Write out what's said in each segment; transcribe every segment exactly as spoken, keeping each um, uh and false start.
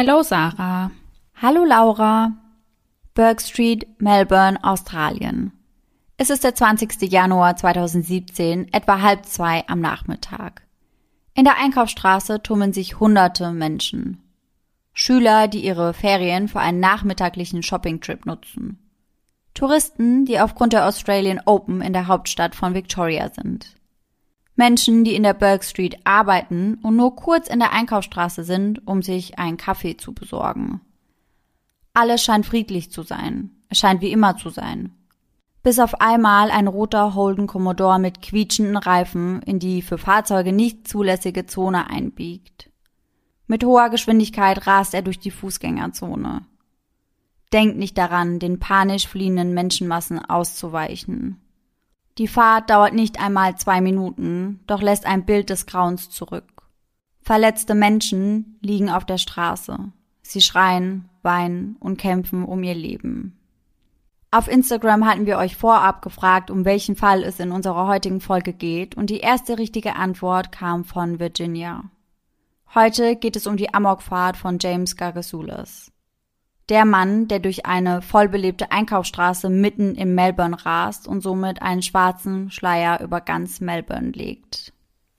Hallo Sarah. Hallo Laura. Bourke Street, Melbourne, Australien. Es ist der zwanzigster Januar zweitausendsiebzehn, etwa halb zwei am Nachmittag. In der Einkaufsstraße tummeln sich hunderte Menschen. Schüler, die ihre Ferien für einen nachmittaglichen Shoppingtrip nutzen. Touristen, die aufgrund der Australian Open in der Hauptstadt von Victoria sind. Menschen, die in der Bourke Street arbeiten und nur kurz in der Einkaufsstraße sind, um sich einen Kaffee zu besorgen. Alles scheint friedlich zu sein. Es scheint wie immer zu sein. Bis auf einmal ein roter Holden Commodore mit quietschenden Reifen in die für Fahrzeuge nicht zulässige Zone einbiegt. Mit hoher Geschwindigkeit rast er durch die Fußgängerzone. Denkt nicht daran, den panisch fliehenden Menschenmassen auszuweichen. Die Fahrt dauert nicht einmal zwei Minuten, doch lässt ein Bild des Grauens zurück. Verletzte Menschen liegen auf der Straße. Sie schreien, weinen und kämpfen um ihr Leben. Auf Instagram hatten wir euch vorab gefragt, um welchen Fall es in unserer heutigen Folge geht, und die erste richtige Antwort kam von Virginia. Heute geht es um die Amokfahrt von James Gargasoulas. Der Mann, der durch eine vollbelebte Einkaufsstraße mitten in Melbourne rast und somit einen schwarzen Schleier über ganz Melbourne legt.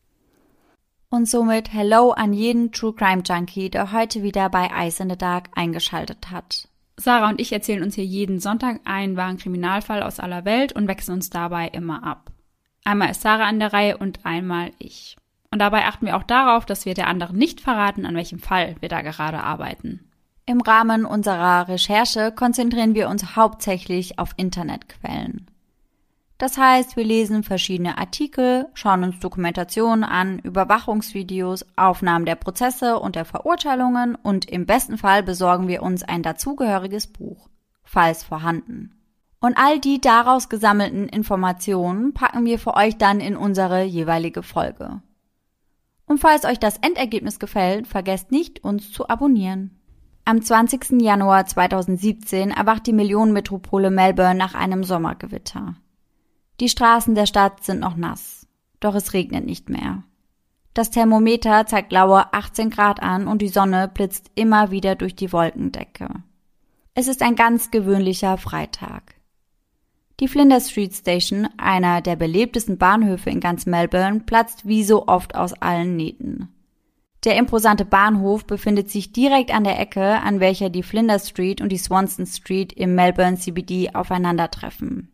Und somit Hello an jeden True Crime Junkie, der heute wieder bei Ice in the Dark eingeschaltet hat. Sarah und ich erzählen uns hier jeden Sonntag einen wahren Kriminalfall aus aller Welt und wechseln uns dabei immer ab. Einmal ist Sarah an der Reihe und einmal ich. Und dabei achten wir auch darauf, dass wir der anderen nicht verraten, an welchem Fall wir da gerade arbeiten. Im Rahmen unserer Recherche konzentrieren wir uns hauptsächlich auf Internetquellen. Das heißt, wir lesen verschiedene Artikel, schauen uns Dokumentationen an, Überwachungsvideos, Aufnahmen der Prozesse und der Verurteilungen und im besten Fall besorgen wir uns ein dazugehöriges Buch, falls vorhanden. Und all die daraus gesammelten Informationen packen wir für euch dann in unsere jeweilige Folge. Und falls euch das Endergebnis gefällt, vergesst nicht, uns zu abonnieren. Am zwanzigster Januar zweitausendsiebzehn erwacht die Millionenmetropole Melbourne nach einem Sommergewitter. Die Straßen der Stadt sind noch nass, doch es regnet nicht mehr. Das Thermometer zeigt laue achtzehn Grad an und die Sonne blitzt immer wieder durch die Wolkendecke. Es ist ein ganz gewöhnlicher Freitag. Die Flinders Street Station, einer der belebtesten Bahnhöfe in ganz Melbourne, platzt wie so oft aus allen Nähten. Der imposante Bahnhof befindet sich direkt an der Ecke, an welcher die Flinders Street und die Swanston Street im Melbourne C B D aufeinandertreffen.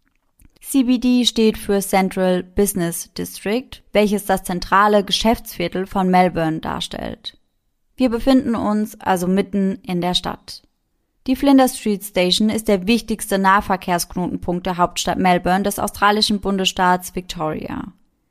C B D steht für Central Business District, welches das zentrale Geschäftsviertel von Melbourne darstellt. Wir befinden uns also mitten in der Stadt. Die Flinders Street Station ist der wichtigste Nahverkehrsknotenpunkt der Hauptstadt Melbourne des australischen Bundesstaats Victoria.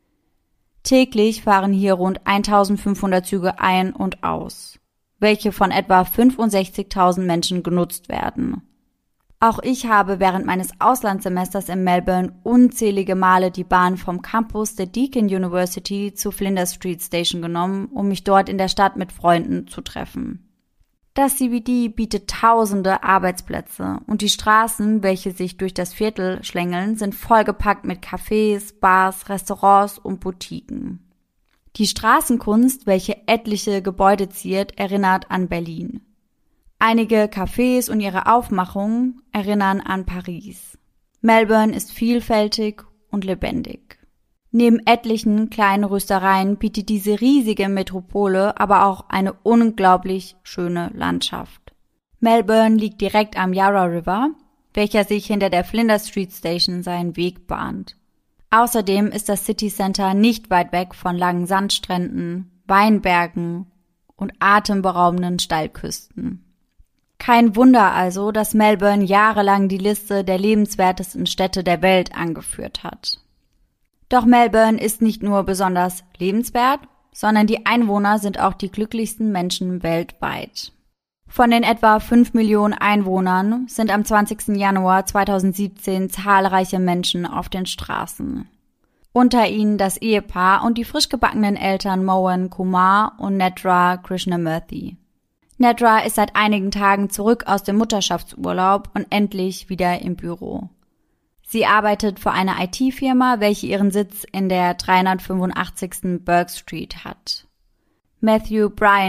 Täglich fahren hier rund eintausendfünfhundert Züge ein und aus, welche von etwa fünfundsechzigtausend Menschen genutzt werden. Auch ich habe während meines Auslandssemesters in Melbourne unzählige Male die Bahn vom Campus der Deakin University zur Flinders Street Station genommen, um mich dort in der Stadt mit Freunden zu treffen. Das C B D bietet tausende Arbeitsplätze und die Straßen, welche sich durch das Viertel schlängeln, sind vollgepackt mit Cafés, Bars, Restaurants und Boutiquen. Die Straßenkunst, welche etliche Gebäude ziert, erinnert an Berlin. Einige Cafés und ihre Aufmachungen erinnern an Paris. Melbourne ist vielfältig und lebendig. Neben etlichen kleinen Röstereien bietet diese riesige Metropole aber auch eine unglaublich schöne Landschaft. Melbourne liegt direkt am Yarra River, welcher sich hinter der Flinders Street Station seinen Weg bahnt. Außerdem ist das City Centre nicht weit weg von langen Sandstränden, Weinbergen und atemberaubenden Steilküsten. Kein Wunder also, dass Melbourne jahrelang die Liste der lebenswertesten Städte der Welt angeführt hat. Doch Melbourne ist nicht nur besonders lebenswert, sondern die Einwohner sind auch die glücklichsten Menschen weltweit. Von den etwa fünf Millionen Einwohnern sind am zwanzigster Januar zweitausendsiebzehn zahlreiche Menschen auf den Straßen. Unter ihnen das Ehepaar und die frisch gebackenen Eltern Mohan Kumar und Nedra Krishnamurthy. Nedra ist seit einigen Tagen zurück aus dem Mutterschaftsurlaub und endlich wieder im Büro. Sie arbeitet für eine I T-Firma, welche ihren Sitz in der dreihundertfünfundachtzigsten Bourke Street hat. Matthew Bryant,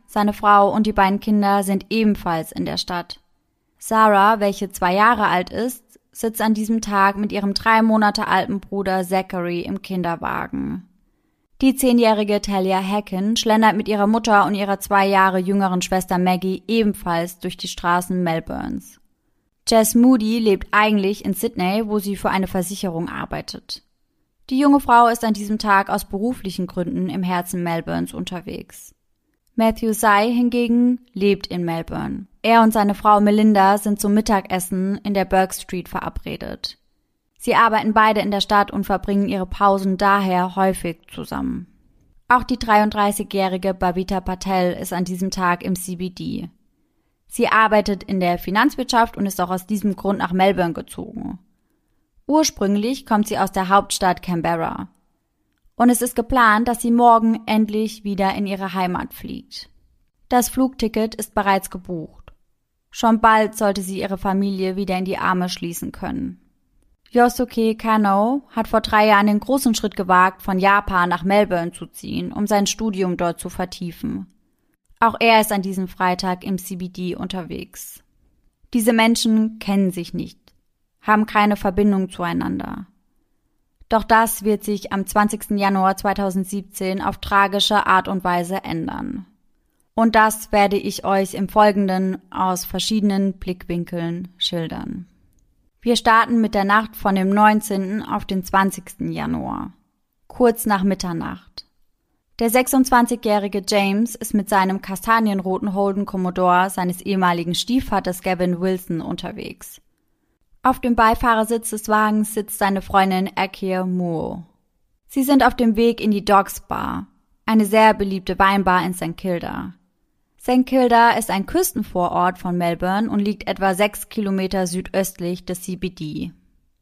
seine Frau und die beiden Kinder sind ebenfalls in der Stadt. Sarah, welche zwei Jahre alt ist, sitzt an diesem Tag mit ihrem drei Monate alten Bruder Zachary im Kinderwagen. Die zehnjährige Talia Hacken schlendert mit ihrer Mutter und ihrer zwei Jahre jüngeren Schwester Maggie ebenfalls durch die Straßen Melbournes. Jess Moody lebt eigentlich in Sydney, wo sie für eine Versicherung arbeitet. Die junge Frau ist an diesem Tag aus beruflichen Gründen im Herzen Melbournes unterwegs. Matthew Tsai hingegen lebt in Melbourne. Er und seine Frau Melinda sind zum Mittagessen in der Burke Street verabredet. Sie arbeiten beide in der Stadt und verbringen ihre Pausen daher häufig zusammen. Auch die dreiunddreißigjährige Babita Patel ist an diesem Tag im C B D. Sie arbeitet in der Finanzwirtschaft und ist auch aus diesem Grund nach Melbourne gezogen. Ursprünglich kommt sie aus der Hauptstadt Canberra. Und es ist geplant, dass sie morgen endlich wieder in ihre Heimat fliegt. Das Flugticket ist bereits gebucht. Schon bald sollte sie ihre Familie wieder in die Arme schließen können. Yosuke Kano hat vor drei Jahren den großen Schritt gewagt, von Japan nach Melbourne zu ziehen, um sein Studium dort zu vertiefen. Auch er ist an diesem Freitag im C B D unterwegs. Diese Menschen kennen sich nicht, haben keine Verbindung zueinander. Doch das wird sich am zwanzigsten Januar zweitausendsiebzehn auf tragische Art und Weise ändern. Und das werde ich euch im Folgenden aus verschiedenen Blickwinkeln schildern. Wir starten mit der Nacht von dem neunzehnten auf den zwanzigsten Januar, kurz nach Mitternacht. Der sechsundzwanzigjährige James ist mit seinem kastanienroten Holden Commodore seines ehemaligen Stiefvaters Gavin Wilson unterwegs. Auf dem Beifahrersitz des Wagens sitzt seine Freundin Akir Moore. Sie sind auf dem Weg in die Dogs Bar, eine sehr beliebte Weinbar in St Kilda. St Kilda ist ein Küstenvorort von Melbourne und liegt etwa sechs Kilometer südöstlich des C B D.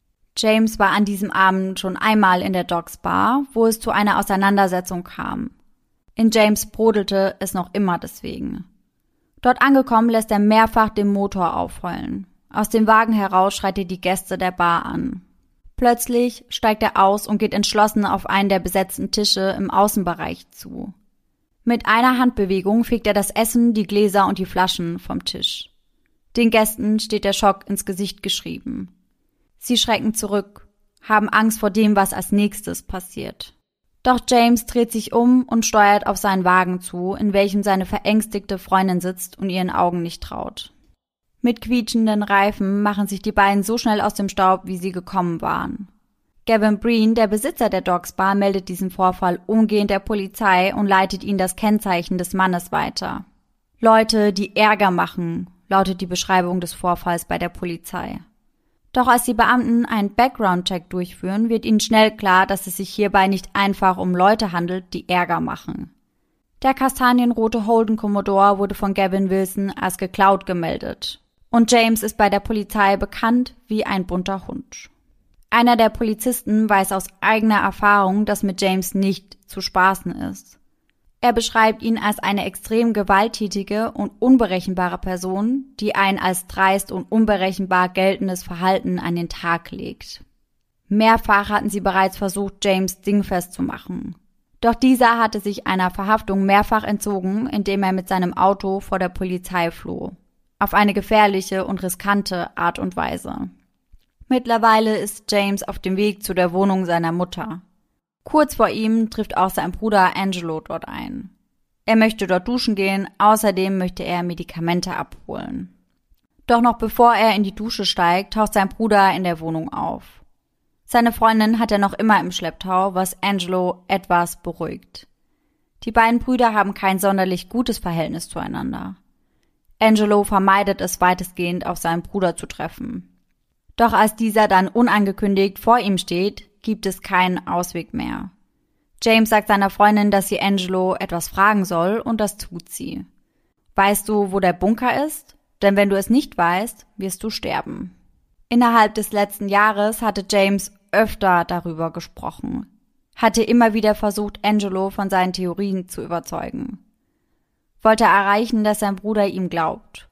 James war an diesem Abend schon einmal in der Dogs Bar, wo es zu einer Auseinandersetzung kam. In James brodelte es noch immer deswegen. Dort angekommen lässt er mehrfach den Motor aufheulen. Aus dem Wagen heraus schreit er die Gäste der Bar an. Plötzlich steigt er aus und geht entschlossen auf einen der besetzten Tische im Außenbereich zu. Mit einer Handbewegung fegt er das Essen, die Gläser und die Flaschen vom Tisch. Den Gästen steht der Schock ins Gesicht geschrieben. Sie schrecken zurück, haben Angst vor dem, was als nächstes passiert. Doch James dreht sich um und steuert auf seinen Wagen zu, in welchem seine verängstigte Freundin sitzt und ihren Augen nicht traut. Mit quietschenden Reifen machen sich die beiden so schnell aus dem Staub, wie sie gekommen waren. Gavin Breen, der Besitzer der Dogs Bar, meldet diesen Vorfall umgehend der Polizei und leitet ihnen das Kennzeichen des Mannes weiter. Leute, die Ärger machen, lautet die Beschreibung des Vorfalls bei der Polizei. Doch als die Beamten einen Background-Check durchführen, wird ihnen schnell klar, dass es sich hierbei nicht einfach um Leute handelt, die Ärger machen. Der kastanienrote Holden Commodore wurde von Gavin Wilson als geklaut gemeldet. Und James ist bei der Polizei bekannt wie ein bunter Hund. Einer der Polizisten weiß aus eigener Erfahrung, dass mit James nicht zu spaßen ist. Er beschreibt ihn als eine extrem gewalttätige und unberechenbare Person, die ein als dreist und unberechenbar geltendes Verhalten an den Tag legt. Mehrfach hatten sie bereits versucht, James dingfest zu machen. Doch dieser hatte sich einer Verhaftung mehrfach entzogen, indem er mit seinem Auto vor der Polizei floh. Auf eine gefährliche und riskante Art und Weise. Mittlerweile ist James auf dem Weg zu der Wohnung seiner Mutter. Kurz vor ihm trifft auch sein Bruder Angelo dort ein. Er möchte dort duschen gehen, außerdem möchte er Medikamente abholen. Doch noch bevor er in die Dusche steigt, taucht sein Bruder in der Wohnung auf. Seine Freundin hat er noch immer im Schlepptau, was Angelo etwas beruhigt. Die beiden Brüder haben kein sonderlich gutes Verhältnis zueinander. Angelo vermeidet es weitestgehend, auf seinen Bruder zu treffen. Doch als dieser dann unangekündigt vor ihm steht, gibt es keinen Ausweg mehr. James sagt seiner Freundin, dass sie Angelo etwas fragen soll, und das tut sie. Weißt du, wo der Bunker ist? Denn wenn du es nicht weißt, wirst du sterben. Innerhalb des letzten Jahres hatte James öfter darüber gesprochen, hatte immer wieder versucht, Angelo von seinen Theorien zu überzeugen. Wollte erreichen, dass sein Bruder ihm glaubt.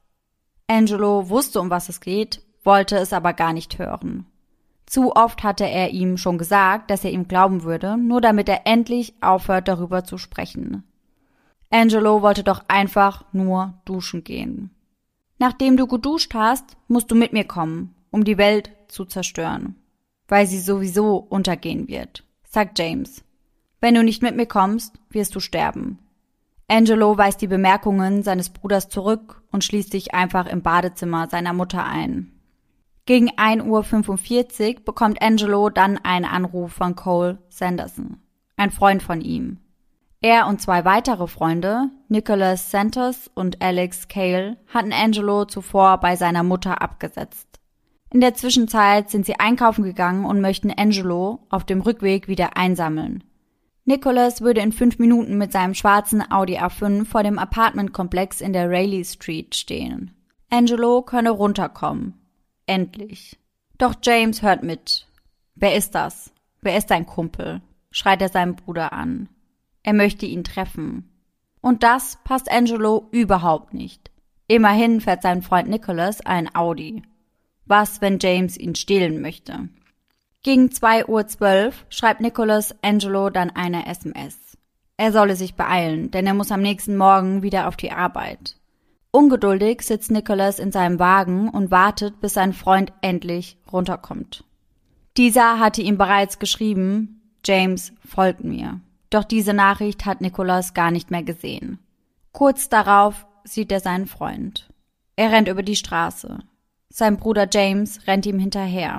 Angelo wusste, um was es geht, wollte es aber gar nicht hören. Zu oft hatte er ihm schon gesagt, dass er ihm glauben würde, nur damit er endlich aufhört, darüber zu sprechen. Angelo wollte doch einfach nur duschen gehen. Nachdem du geduscht hast, musst du mit mir kommen, um die Welt zu zerstören, weil sie sowieso untergehen wird, sagt James. Wenn du nicht mit mir kommst, wirst du sterben. Angelo weist die Bemerkungen seines Bruders zurück und schließt sich einfach im Badezimmer seiner Mutter ein. Gegen ein Uhr fünfundvierzig bekommt Angelo dann einen Anruf von Cole Sanderson, ein Freund von ihm. Er und zwei weitere Freunde, Nicholas Santos und Alex Cale, hatten Angelo zuvor bei seiner Mutter abgesetzt. In der Zwischenzeit sind sie einkaufen gegangen und möchten Angelo auf dem Rückweg wieder einsammeln. Nicholas würde in fünf Minuten mit seinem schwarzen Audi A fünf vor dem Apartmentkomplex in der Raleigh Street stehen. Angelo könne runterkommen. Endlich. Doch James hört mit. Wer ist das? Wer ist dein Kumpel? Schreit er seinen Bruder an. Er möchte ihn treffen. Und das passt Angelo überhaupt nicht. Immerhin fährt sein Freund Nicholas ein Audi. Was, wenn James ihn stehlen möchte? Gegen zwei Uhr zwölf schreibt Nicholas Angelo dann eine S M S. Er solle sich beeilen, denn er muss am nächsten Morgen wieder auf die Arbeit. Ungeduldig sitzt Nicholas in seinem Wagen und wartet, bis sein Freund endlich runterkommt. Dieser hatte ihm bereits geschrieben, James folgt mir. Doch diese Nachricht hat Nicholas gar nicht mehr gesehen. Kurz darauf sieht er seinen Freund. Er rennt über die Straße. Sein Bruder James rennt ihm hinterher.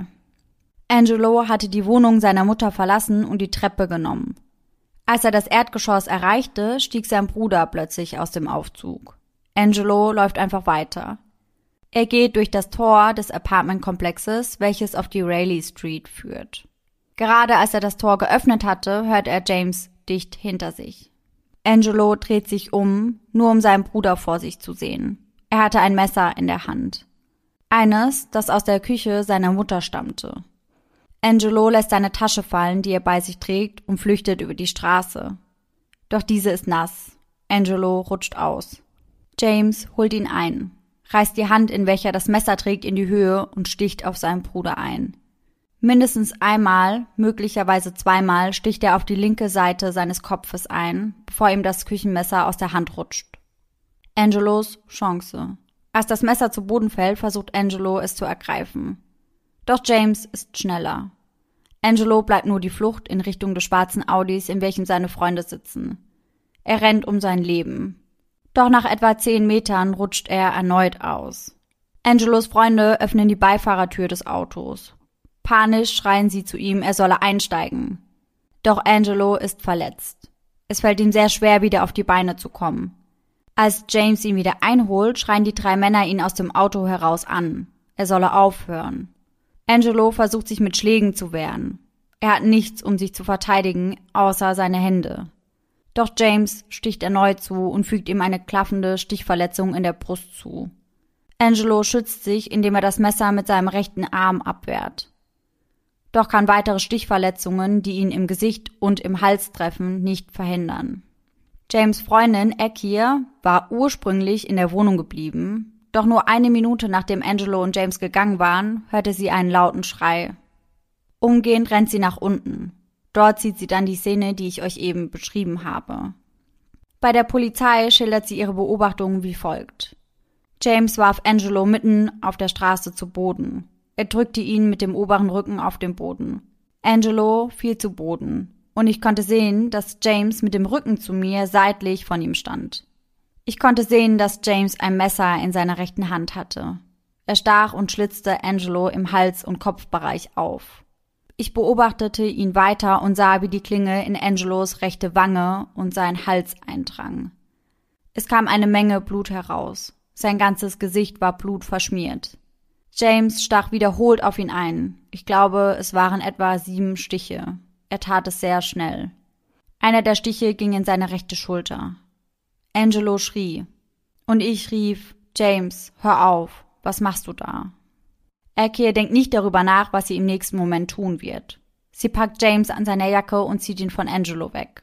Angelo hatte die Wohnung seiner Mutter verlassen und die Treppe genommen. Als er das Erdgeschoss erreichte, stieg sein Bruder plötzlich aus dem Aufzug. Angelo läuft einfach weiter. Er geht durch das Tor des Apartmentkomplexes, welches auf die Raleigh Street führt. Gerade als er das Tor geöffnet hatte, hört er James dicht hinter sich. Angelo dreht sich um, nur um seinen Bruder vor sich zu sehen. Er hatte ein Messer in der Hand. Eines, das aus der Küche seiner Mutter stammte. Angelo lässt seine Tasche fallen, die er bei sich trägt, und flüchtet über die Straße. Doch diese ist nass. Angelo rutscht aus. James holt ihn ein, reißt die Hand, in welcher das Messer trägt, in die Höhe und sticht auf seinen Bruder ein. Mindestens einmal, möglicherweise zweimal, sticht er auf die linke Seite seines Kopfes ein, bevor ihm das Küchenmesser aus der Hand rutscht. Angelos Chance. Als das Messer zu Boden fällt, versucht Angelo, es zu ergreifen. Doch James ist schneller. Angelo bleibt nur die Flucht in Richtung des schwarzen Audis, in welchem seine Freunde sitzen. Er rennt um sein Leben. Doch nach etwa zehn Metern rutscht er erneut aus. Angelos Freunde öffnen die Beifahrertür des Autos. Panisch schreien sie zu ihm, er solle einsteigen. Doch Angelo ist verletzt. Es fällt ihm sehr schwer, wieder auf die Beine zu kommen. Als James ihn wieder einholt, schreien die drei Männer ihn aus dem Auto heraus an. Er solle aufhören. Angelo versucht sich mit Schlägen zu wehren. Er hat nichts, um sich zu verteidigen, außer seine Hände. Doch James sticht erneut zu und fügt ihm eine klaffende Stichverletzung in der Brust zu. Angelo schützt sich, indem er das Messer mit seinem rechten Arm abwehrt. Doch kann weitere Stichverletzungen, die ihn im Gesicht und im Hals treffen, nicht verhindern. James' Freundin Akir war ursprünglich in der Wohnung geblieben, doch nur eine Minute nachdem Angelo und James gegangen waren, hörte sie einen lauten Schrei. Umgehend rennt sie nach unten. Dort sieht sie dann die Szene, die ich euch eben beschrieben habe. Bei der Polizei schildert sie ihre Beobachtungen wie folgt. James warf Angelo mitten auf der Straße zu Boden. Er drückte ihn mit dem oberen Rücken auf den Boden. Angelo fiel zu Boden und ich konnte sehen, dass James mit dem Rücken zu mir seitlich von ihm stand. Ich konnte sehen, dass James ein Messer in seiner rechten Hand hatte. Er stach und schlitzte Angelo im Hals- und Kopfbereich auf. Ich beobachtete ihn weiter und sah, wie die Klinge in Angelos rechte Wange und seinen Hals eindrang. Es kam eine Menge Blut heraus. Sein ganzes Gesicht war blutverschmiert. James stach wiederholt auf ihn ein. Ich glaube, es waren etwa sieben Stiche. Er tat es sehr schnell. Einer der Stiche ging in seine rechte Schulter. Angelo schrie. Und ich rief, James, hör auf, was machst du da? Akir denkt nicht darüber nach, was sie im nächsten Moment tun wird. Sie packt James an seiner Jacke und zieht ihn von Angelo weg.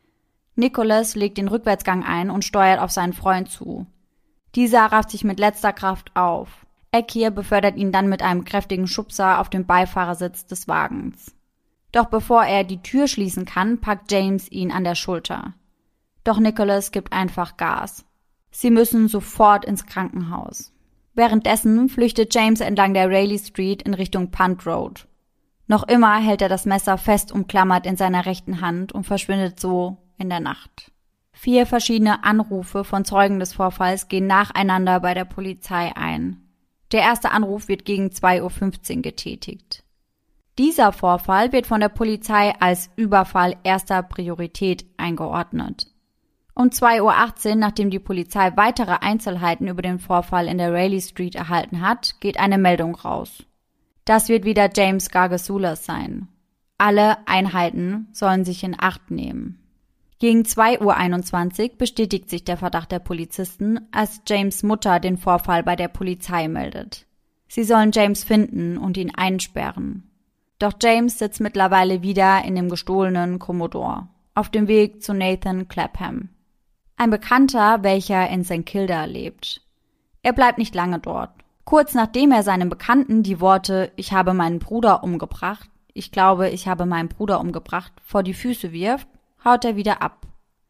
Nicholas legt den Rückwärtsgang ein und steuert auf seinen Freund zu. Dieser rafft sich mit letzter Kraft auf. Akir befördert ihn dann mit einem kräftigen Schubser auf den Beifahrersitz des Wagens. Doch bevor er die Tür schließen kann, packt James ihn an der Schulter. Doch Nicholas gibt einfach Gas. Sie müssen sofort ins Krankenhaus. Währenddessen flüchtet James entlang der Raleigh Street in Richtung Punt Road. Noch immer hält er das Messer fest umklammert in seiner rechten Hand und verschwindet so in der Nacht. Vier verschiedene Anrufe von Zeugen des Vorfalls gehen nacheinander bei der Polizei ein. Der erste Anruf wird gegen zwei Uhr fünfzehn getätigt. Dieser Vorfall wird von der Polizei als Überfall erster Priorität eingeordnet. Um zwei Uhr achtzehn, nachdem die Polizei weitere Einzelheiten über den Vorfall in der Raleigh Street erhalten hat, geht eine Meldung raus. Das wird wieder James Gargasoulas sein. Alle Einheiten sollen sich in Acht nehmen. Gegen zwei Uhr einundzwanzig bestätigt sich der Verdacht der Polizisten, als James' Mutter den Vorfall bei der Polizei meldet. Sie sollen James finden und ihn einsperren. Doch James sitzt mittlerweile wieder in dem gestohlenen Commodore, auf dem Weg zu Nathan Clapham. Ein Bekannter, welcher in Sankt Kilda lebt. Er bleibt nicht lange dort. Kurz nachdem er seinem Bekannten die Worte »Ich habe meinen Bruder umgebracht«, »Ich glaube, ich habe meinen Bruder umgebracht« vor die Füße wirft, haut er wieder ab.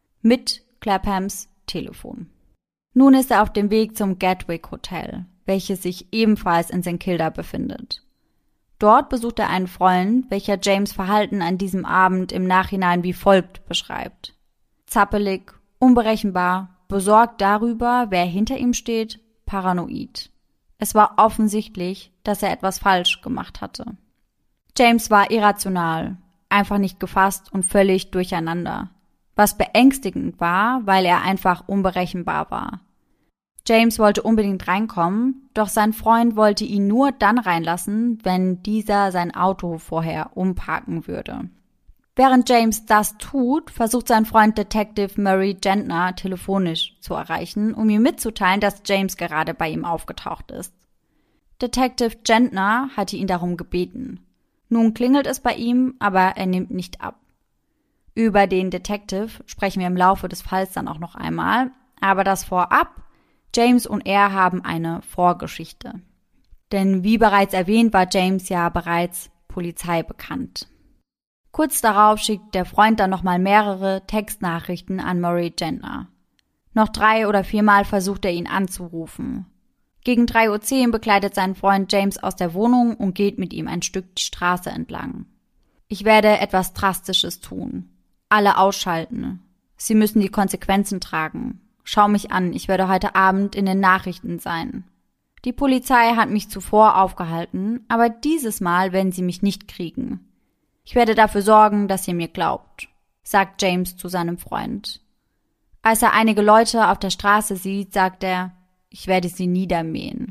Mit Claphams Telefon. Nun ist er auf dem Weg zum Gatwick Hotel, welches sich ebenfalls in Sankt Kilda befindet. Dort besucht er einen Freund, welcher James' Verhalten an diesem Abend im Nachhinein wie folgt beschreibt. Zappelig, unberechenbar, besorgt darüber, wer hinter ihm steht, paranoid. Es war offensichtlich, dass er etwas falsch gemacht hatte. James war irrational, einfach nicht gefasst und völlig durcheinander, was beängstigend war, weil er einfach unberechenbar war. James wollte unbedingt reinkommen, doch sein Freund wollte ihn nur dann reinlassen, wenn dieser sein Auto vorher umparken würde. Während James das tut, versucht sein Freund Detective Murray Gentner telefonisch zu erreichen, um ihm mitzuteilen, dass James gerade bei ihm aufgetaucht ist. Detective Gentner hatte ihn darum gebeten. Nun klingelt es bei ihm, aber er nimmt nicht ab. Über den Detective sprechen wir im Laufe des Falls dann auch noch einmal, aber das vorab: James und er haben eine Vorgeschichte. Denn wie bereits erwähnt, war James ja bereits Polizei bekannt. Kurz darauf schickt der Freund dann nochmal mehrere Textnachrichten an Murray Gentner. Noch drei oder viermal versucht er ihn anzurufen. Gegen drei Uhr zehn begleitet sein Freund James aus der Wohnung und geht mit ihm ein Stück die Straße entlang. Ich werde etwas Drastisches tun. Alle ausschalten. Sie müssen die Konsequenzen tragen. Schau mich an, ich werde heute Abend in den Nachrichten sein. Die Polizei hat mich zuvor aufgehalten, aber dieses Mal werden sie mich nicht kriegen. Ich werde dafür sorgen, dass ihr mir glaubt, sagt James zu seinem Freund. Als er einige Leute auf der Straße sieht, sagt er, ich werde sie niedermähen.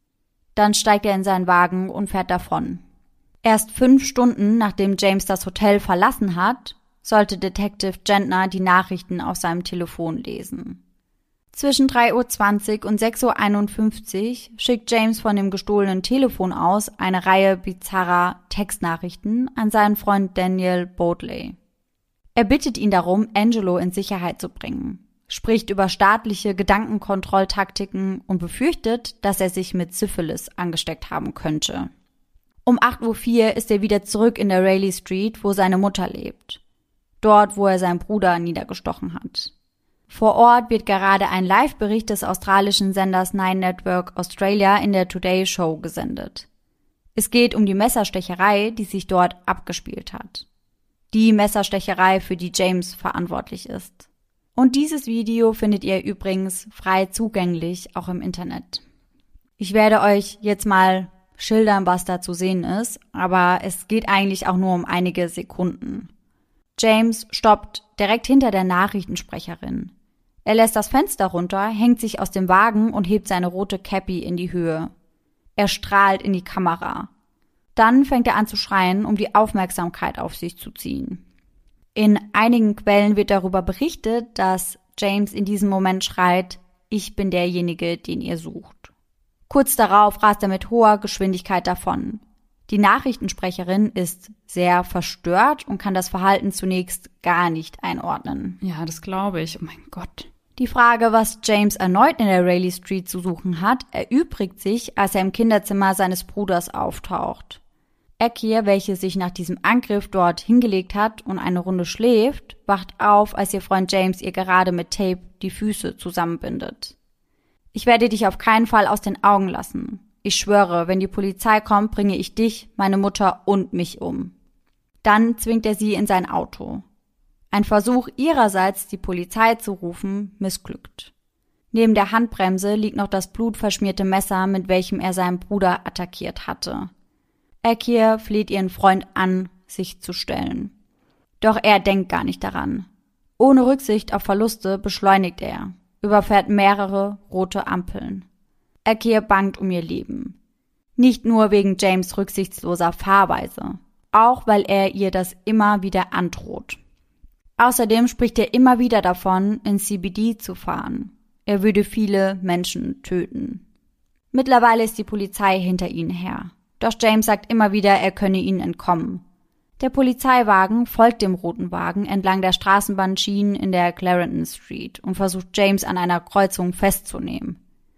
Dann steigt er in seinen Wagen und fährt davon. Erst fünf Stunden, nachdem James das Hotel verlassen hat, sollte Detective Gentner die Nachrichten auf seinem Telefon lesen. Zwischen drei Uhr zwanzig und sechs Uhr einundfünfzig schickt James von dem gestohlenen Telefon aus eine Reihe bizarrer Textnachrichten an seinen Freund Daniel Bodley. Er bittet ihn darum, Angelo in Sicherheit zu bringen, spricht über staatliche Gedankenkontrolltaktiken und befürchtet, dass er sich mit Syphilis angesteckt haben könnte. Um acht Uhr vier ist er wieder zurück in der Raleigh Street, wo seine Mutter lebt. Dort, wo er seinen Bruder niedergestochen hat. Vor Ort wird gerade ein Live-Bericht des australischen Senders Nine Network Australia in der Today Show gesendet. Es geht um die Messerstecherei, die sich dort abgespielt hat. Die Messerstecherei, für die James verantwortlich ist. Und dieses Video findet ihr übrigens frei zugänglich, auch im Internet. Ich werde euch jetzt mal schildern, was da zu sehen ist, aber es geht eigentlich auch nur um einige Sekunden. James stoppt direkt hinter der Nachrichtensprecherin. Er lässt das Fenster runter, hängt sich aus dem Wagen und hebt seine rote Cappy in die Höhe. Er strahlt in die Kamera. Dann fängt er an zu schreien, um die Aufmerksamkeit auf sich zu ziehen. In einigen Quellen wird darüber berichtet, dass James in diesem Moment schreit, ich bin derjenige, den ihr sucht. Kurz darauf rast er mit hoher Geschwindigkeit davon. Die Nachrichtensprecherin ist sehr verstört und kann das Verhalten zunächst gar nicht einordnen. Ja, das glaube ich. Oh mein Gott. Die Frage, was James erneut in der Raleigh Street zu suchen hat, erübrigt sich, als er im Kinderzimmer seines Bruders auftaucht. Akir, welche sich nach diesem Angriff dort hingelegt hat und eine Runde schläft, wacht auf, als ihr Freund James ihr gerade mit Tape die Füße zusammenbindet. »Ich werde dich auf keinen Fall aus den Augen lassen. Ich schwöre, wenn die Polizei kommt, bringe ich dich, meine Mutter und mich um.« Dann zwingt er sie in sein Auto. Ein Versuch ihrerseits, die Polizei zu rufen, missglückt. Neben der Handbremse liegt noch das blutverschmierte Messer, mit welchem er seinen Bruder attackiert hatte. Akir fleht ihren Freund an, sich zu stellen. Doch er denkt gar nicht daran. Ohne Rücksicht auf Verluste beschleunigt er, überfährt mehrere rote Ampeln. Akir bangt um ihr Leben. Nicht nur wegen James' rücksichtsloser Fahrweise, auch weil er ihr das immer wieder androht. Außerdem spricht er immer wieder davon, in C B D zu fahren. Er würde viele Menschen töten. Mittlerweile ist die Polizei hinter ihnen her. Doch James sagt immer wieder, er könne ihnen entkommen. Der Polizeiwagen folgt dem roten Wagen entlang der Straßenbahnschienen in der Clarendon Street und versucht James an einer Kreuzung festzunehmen.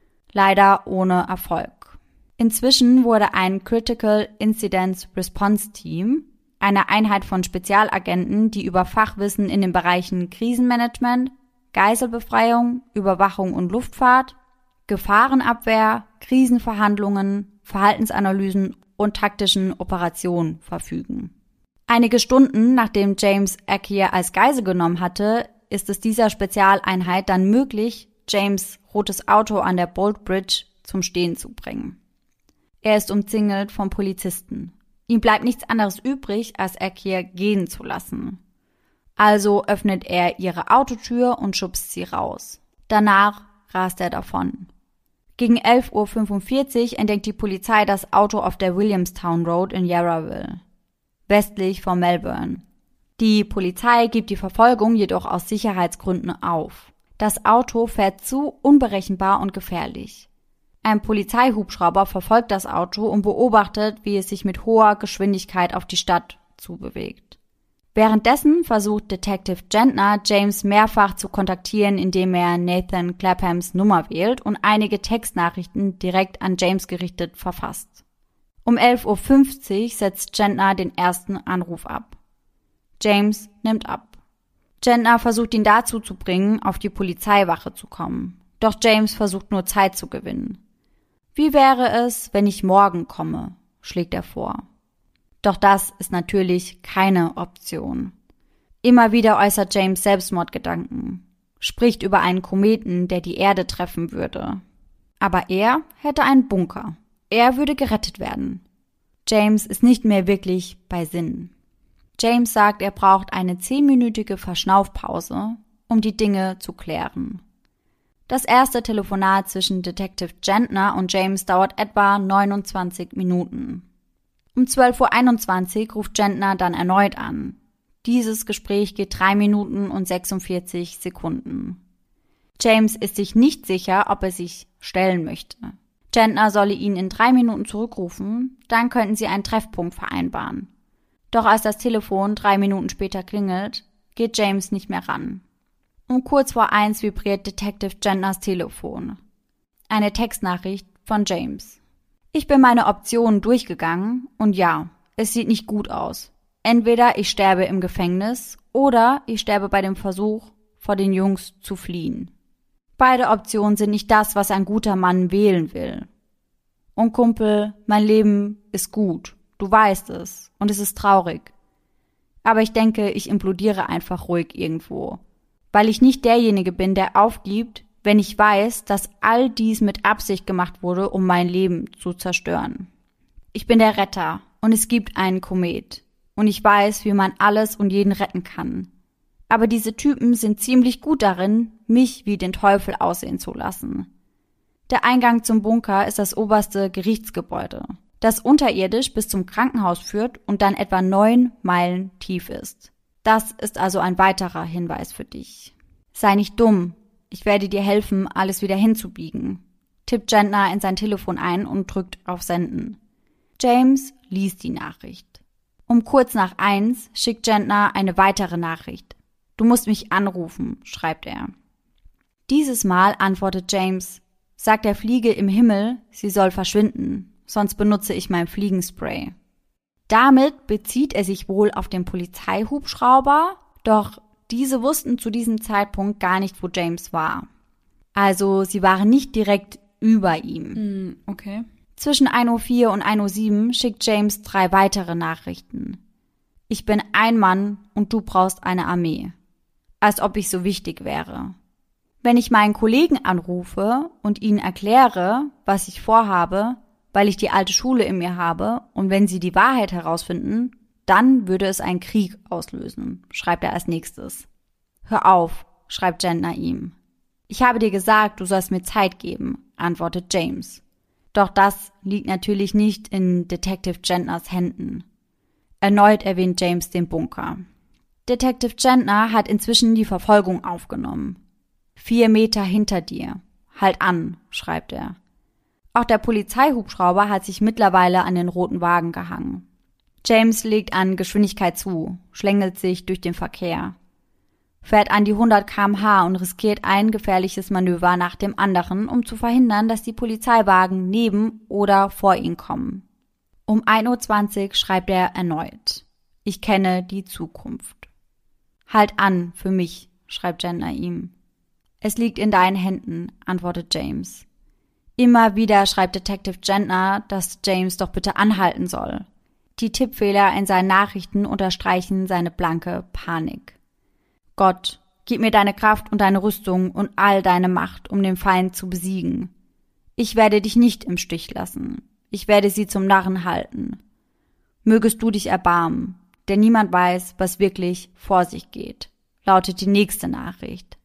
Leider ohne Erfolg. Inzwischen wurde ein Critical Incident Response Team, eine Einheit von Spezialagenten, die über Fachwissen in den Bereichen Krisenmanagement, Geiselbefreiung, Überwachung und Luftfahrt, Gefahrenabwehr, Krisenverhandlungen, Verhaltensanalysen und taktischen Operationen verfügen. Einige Stunden nachdem James Akir als Geisel genommen hatte, ist es dieser Spezialeinheit dann möglich, James' rotes Auto an der Bolt Bridge zum Stehen zu bringen. Er ist umzingelt von Polizisten. Ihm bleibt nichts anderes übrig, als Akir gehen zu lassen. Also öffnet er ihre Autotür und schubst sie raus. Danach rast er davon. Gegen elf Uhr fünfundvierzig entdeckt die Polizei das Auto auf der Williamstown Road in Yarraville, westlich von Melbourne. Die Polizei gibt die Verfolgung jedoch aus Sicherheitsgründen auf. Das Auto fährt zu unberechenbar und gefährlich. Ein Polizeihubschrauber verfolgt das Auto und beobachtet, wie es sich mit hoher Geschwindigkeit auf die Stadt zubewegt. Währenddessen versucht Detective Gentner, James mehrfach zu kontaktieren, indem er Nathan Claphams Nummer wählt und einige Textnachrichten direkt an James gerichtet verfasst. Um elf Uhr fünfzig setzt Gentner den ersten Anruf ab. James nimmt ab. Gentner versucht ihn dazu zu bringen, auf die Polizeiwache zu kommen. Doch James versucht nur Zeit zu gewinnen. »Wie wäre es, wenn ich morgen komme?«, schlägt er vor. Doch das ist natürlich keine Option. Immer wieder äußert James Selbstmordgedanken, spricht über einen Kometen, der die Erde treffen würde. Aber er hätte einen Bunker. Er würde gerettet werden. James ist nicht mehr wirklich bei Sinn. James sagt, er braucht eine zehnminütige Verschnaufpause, um die Dinge zu klären. Das erste Telefonat zwischen Detective Gentner und James dauert etwa neunundzwanzig Minuten. Um zwölf Uhr einundzwanzig ruft Gentner dann erneut an. Dieses Gespräch geht drei Minuten und sechsundvierzig Sekunden. James ist sich nicht sicher, ob er sich stellen möchte. Gentner solle ihn in drei Minuten zurückrufen, dann könnten sie einen Treffpunkt vereinbaren. Doch als das Telefon drei Minuten später klingelt, geht James nicht mehr ran. Um kurz vor eins vibriert Detective Gentners Telefon. Eine Textnachricht von James. »Ich bin meine Optionen durchgegangen und ja, es sieht nicht gut aus. Entweder ich sterbe im Gefängnis oder ich sterbe bei dem Versuch, vor den Jungs zu fliehen. Beide Optionen sind nicht das, was ein guter Mann wählen will. Und Kumpel, mein Leben ist gut, du weißt es, und es ist traurig. Aber ich denke, ich implodiere einfach ruhig irgendwo, weil ich nicht derjenige bin, der aufgibt, wenn ich weiß, dass all dies mit Absicht gemacht wurde, um mein Leben zu zerstören. Ich bin der Retter und es gibt einen Komet und ich weiß, wie man alles und jeden retten kann. Aber diese Typen sind ziemlich gut darin, mich wie den Teufel aussehen zu lassen. Der Eingang zum Bunker ist das oberste Gerichtsgebäude, das unterirdisch bis zum Krankenhaus führt und dann etwa neun Meilen tief ist. Das ist also ein weiterer Hinweis für dich. Sei nicht dumm. Ich werde dir helfen, alles wieder hinzubiegen. Tippt Gentner in sein Telefon ein und drückt auf Senden. James liest die Nachricht. Um kurz nach eins schickt Gentner eine weitere Nachricht. Du musst mich anrufen, schreibt er. Dieses Mal antwortet James, sagt der Fliege im Himmel, sie soll verschwinden, sonst benutze ich mein Fliegenspray. Damit bezieht er sich wohl auf den Polizeihubschrauber, doch diese wussten zu diesem Zeitpunkt gar nicht, wo James war. Also sie waren nicht direkt über ihm. Okay. Zwischen ein Uhr vier und ein Uhr sieben schickt James drei weitere Nachrichten. Ich bin ein Mann und du brauchst eine Armee. Als ob ich so wichtig wäre. Wenn ich meinen Kollegen anrufe und ihnen erkläre, was ich vorhabe, weil ich die alte Schule in mir habe, und wenn sie die Wahrheit herausfinden, dann würde es einen Krieg auslösen, schreibt er als nächstes. Hör auf, schreibt Gentner ihm. Ich habe dir gesagt, du sollst mir Zeit geben, antwortet James. Doch das liegt natürlich nicht in Detective Gentners Händen. Erneut erwähnt James den Bunker. Detective Gentner hat inzwischen die Verfolgung aufgenommen. Vier Meter hinter dir. Halt an, schreibt er. Auch der Polizeihubschrauber hat sich mittlerweile an den roten Wagen gehangen. James legt an Geschwindigkeit zu, schlängelt sich durch den Verkehr, fährt an die hundert Kilometer pro Stunde und riskiert ein gefährliches Manöver nach dem anderen, um zu verhindern, dass die Polizeiwagen neben oder vor ihn kommen. Um ein Uhr zwanzig schreibt er erneut. Ich kenne die Zukunft. Halt an, für mich, schreibt Gentner ihm. Es liegt in deinen Händen, antwortet James. Immer wieder schreibt Detective Gentner, dass James doch bitte anhalten soll. Die Tippfehler in seinen Nachrichten unterstreichen seine blanke Panik. Gott, gib mir deine Kraft und deine Rüstung und all deine Macht, um den Feind zu besiegen. Ich werde dich nicht im Stich lassen. Ich werde sie zum Narren halten. Mögest du dich erbarmen, denn niemand weiß, was wirklich vor sich geht, lautet die nächste Nachricht.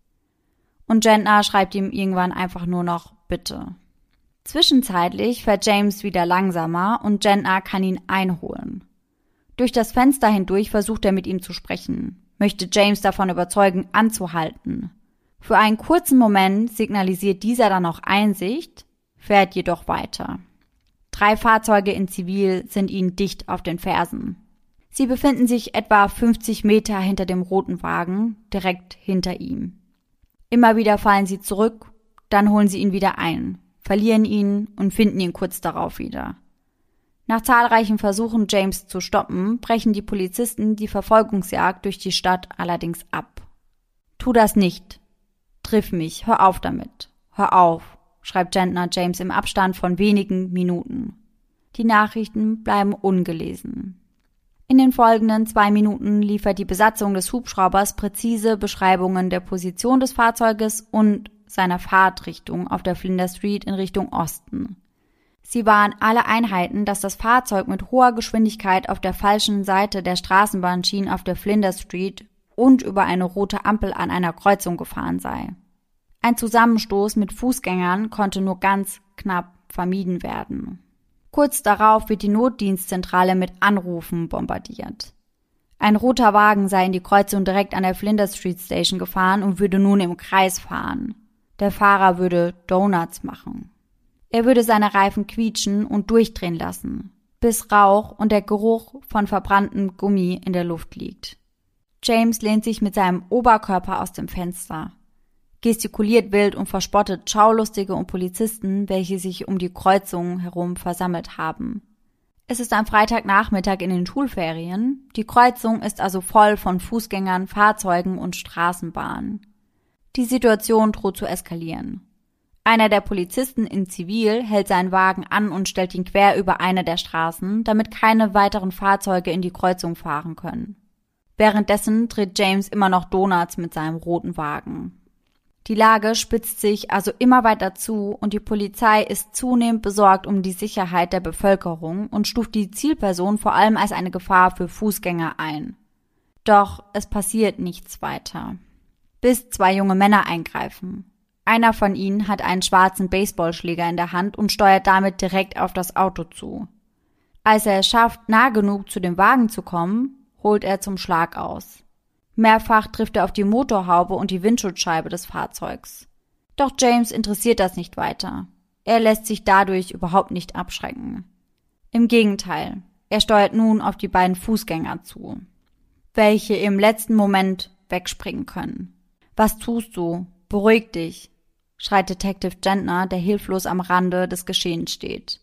Und Gentner schreibt ihm irgendwann einfach nur noch Bitte. Zwischenzeitlich fährt James wieder langsamer und Gentner kann ihn einholen. Durch das Fenster hindurch versucht er mit ihm zu sprechen, möchte James davon überzeugen, anzuhalten. Für einen kurzen Moment signalisiert dieser dann noch Einsicht, fährt jedoch weiter. Drei Fahrzeuge in Zivil sind ihnen dicht auf den Fersen. Sie befinden sich etwa fünfzig Meter hinter dem roten Wagen, direkt hinter ihm. Immer wieder fallen sie zurück, dann holen sie ihn wieder ein, verlieren ihn und finden ihn kurz darauf wieder. Nach zahlreichen Versuchen, James zu stoppen, brechen die Polizisten die Verfolgungsjagd durch die Stadt allerdings ab. Tu das nicht. Triff mich, hör auf damit. Hör auf, schreibt Gentner James im Abstand von wenigen Minuten. Die Nachrichten bleiben ungelesen. In den folgenden zwei Minuten liefert die Besatzung des Hubschraubers präzise Beschreibungen der Position des Fahrzeuges und seiner Fahrtrichtung auf der Flinders Street in Richtung Osten. Sie waren alle Einheiten, dass das Fahrzeug mit hoher Geschwindigkeit auf der falschen Seite der Straßenbahnschienen auf der Flinders Street und über eine rote Ampel an einer Kreuzung gefahren sei. Ein Zusammenstoß mit Fußgängern konnte nur ganz knapp vermieden werden. Kurz darauf wird die Notdienstzentrale mit Anrufen bombardiert. Ein roter Wagen sei in die Kreuzung direkt an der Flinders Street Station gefahren und würde nun im Kreis fahren. Der Fahrer würde Donuts machen. Er würde seine Reifen quietschen und durchdrehen lassen, bis Rauch und der Geruch von verbranntem Gummi in der Luft liegt. James lehnt sich mit seinem Oberkörper aus dem Fenster, gestikuliert wild und verspottet Schaulustige und Polizisten, welche sich um die Kreuzung herum versammelt haben. Es ist ein Freitagnachmittag in den Schulferien. Die Kreuzung ist also voll von Fußgängern, Fahrzeugen und Straßenbahnen. Die Situation droht zu eskalieren. Einer der Polizisten in Zivil hält seinen Wagen an und stellt ihn quer über eine der Straßen, damit keine weiteren Fahrzeuge in die Kreuzung fahren können. Währenddessen dreht James immer noch Donuts mit seinem roten Wagen. Die Lage spitzt sich also immer weiter zu und die Polizei ist zunehmend besorgt um die Sicherheit der Bevölkerung und stuft die Zielperson vor allem als eine Gefahr für Fußgänger ein. Doch es passiert nichts weiter, bis zwei junge Männer eingreifen. Einer von ihnen hat einen schwarzen Baseballschläger in der Hand und steuert damit direkt auf das Auto zu. Als er es schafft, nah genug zu dem Wagen zu kommen, holt er zum Schlag aus. Mehrfach trifft er auf die Motorhaube und die Windschutzscheibe des Fahrzeugs. Doch James interessiert das nicht weiter. Er lässt sich dadurch überhaupt nicht abschrecken. Im Gegenteil, er steuert nun auf die beiden Fußgänger zu, welche im letzten Moment wegspringen können. Was tust du? Beruhig dich, schreit Detective Gentner, der hilflos am Rande des Geschehens steht.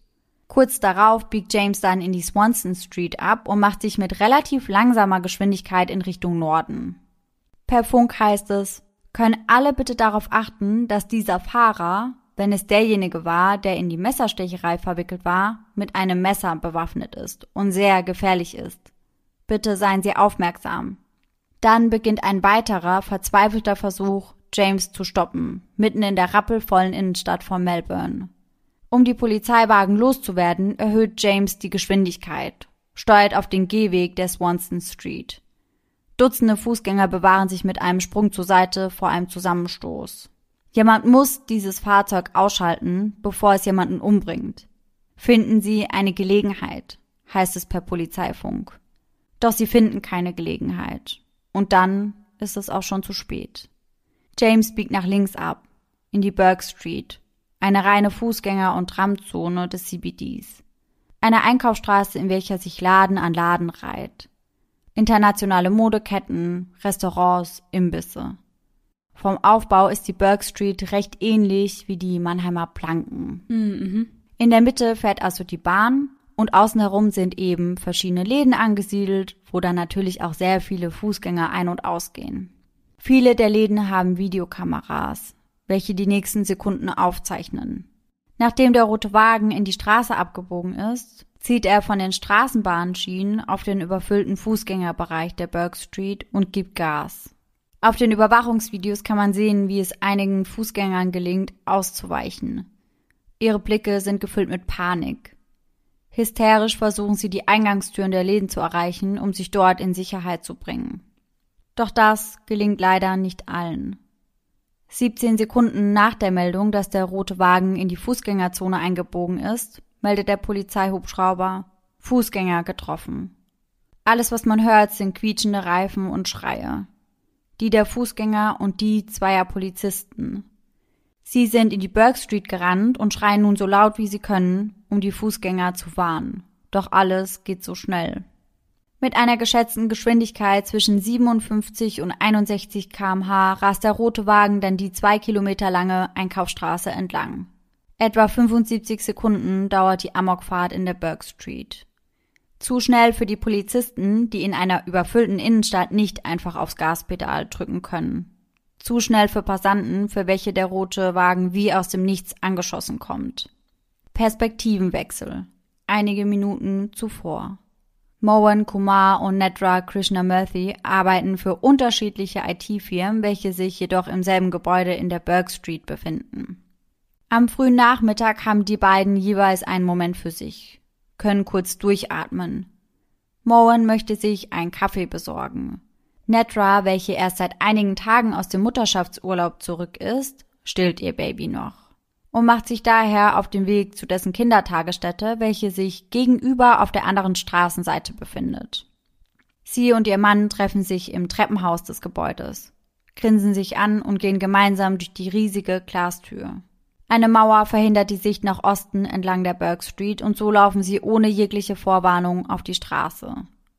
Kurz darauf biegt James dann in die Swanson Street ab und macht sich mit relativ langsamer Geschwindigkeit in Richtung Norden. Per Funk heißt es, können alle bitte darauf achten, dass dieser Fahrer, wenn es derjenige war, der in die Messerstecherei verwickelt war, mit einem Messer bewaffnet ist und sehr gefährlich ist. Bitte seien Sie aufmerksam. Dann beginnt ein weiterer, verzweifelter Versuch, James zu stoppen, mitten in der rappelvollen Innenstadt von Melbourne. Um die Polizeiwagen loszuwerden, erhöht James die Geschwindigkeit, steuert auf den Gehweg der Swanson Street. Dutzende Fußgänger bewahren sich mit einem Sprung zur Seite vor einem Zusammenstoß. Jemand muss dieses Fahrzeug ausschalten, bevor es jemanden umbringt. Finden Sie eine Gelegenheit, heißt es per Polizeifunk. Doch sie finden keine Gelegenheit. Und dann ist es auch schon zu spät. James biegt nach links ab, in die Burke Street, eine reine Fußgänger- und Tramzone des C B Ds. Eine Einkaufsstraße, in welcher sich Laden an Laden reiht. Internationale Modeketten, Restaurants, Imbisse. Vom Aufbau ist die Burke Street recht ähnlich wie die Mannheimer Planken. Mhm. In der Mitte fährt also die Bahn und außen herum sind eben verschiedene Läden angesiedelt, wo dann natürlich auch sehr viele Fußgänger ein- und ausgehen. Viele der Läden haben Videokameras, welche die nächsten Sekunden aufzeichnen. Nachdem der rote Wagen in die Straße abgebogen ist, zieht er von den Straßenbahnschienen auf den überfüllten Fußgängerbereich der Burke Street und gibt Gas. Auf den Überwachungsvideos kann man sehen, wie es einigen Fußgängern gelingt, auszuweichen. Ihre Blicke sind gefüllt mit Panik. Hysterisch versuchen sie, die Eingangstüren der Läden zu erreichen, um sich dort in Sicherheit zu bringen. Doch das gelingt leider nicht allen. siebzehn Sekunden nach der Meldung, dass der rote Wagen in die Fußgängerzone eingebogen ist, meldet der Polizeihubschrauber: Fußgänger getroffen. Alles, was man hört, sind quietschende Reifen und Schreie. Die der Fußgänger und die zweier Polizisten. Sie sind in die Burke Street gerannt und schreien nun so laut wie sie können, um die Fußgänger zu warnen. Doch alles geht so schnell. Mit einer geschätzten Geschwindigkeit zwischen siebenundfünfzig und einundsechzig Kilometer pro Stunde rast der rote Wagen dann die zwei Kilometer lange Einkaufsstraße entlang. Etwa fünfundsiebzig Sekunden dauert die Amokfahrt in der Burke Street. Zu schnell für die Polizisten, die in einer überfüllten Innenstadt nicht einfach aufs Gaspedal drücken können. Zu schnell für Passanten, für welche der rote Wagen wie aus dem Nichts angeschossen kommt. Perspektivenwechsel. Einige Minuten zuvor. Mohan Kumar und Nedra Krishnamurthy arbeiten für unterschiedliche I T-Firmen, welche sich jedoch im selben Gebäude in der Burke Street befinden. Am frühen Nachmittag haben die beiden jeweils einen Moment für sich, können kurz durchatmen. Mohan möchte sich einen Kaffee besorgen. Nedra, welche erst seit einigen Tagen aus dem Mutterschaftsurlaub zurück ist, stillt ihr Baby noch und macht sich daher auf den Weg zu dessen Kindertagesstätte, welche sich gegenüber auf der anderen Straßenseite befindet. Sie und ihr Mann treffen sich im Treppenhaus des Gebäudes, grinsen sich an und gehen gemeinsam durch die riesige Glastür. Eine Mauer verhindert die Sicht nach Osten entlang der Burke Street und so laufen sie ohne jegliche Vorwarnung auf die Straße.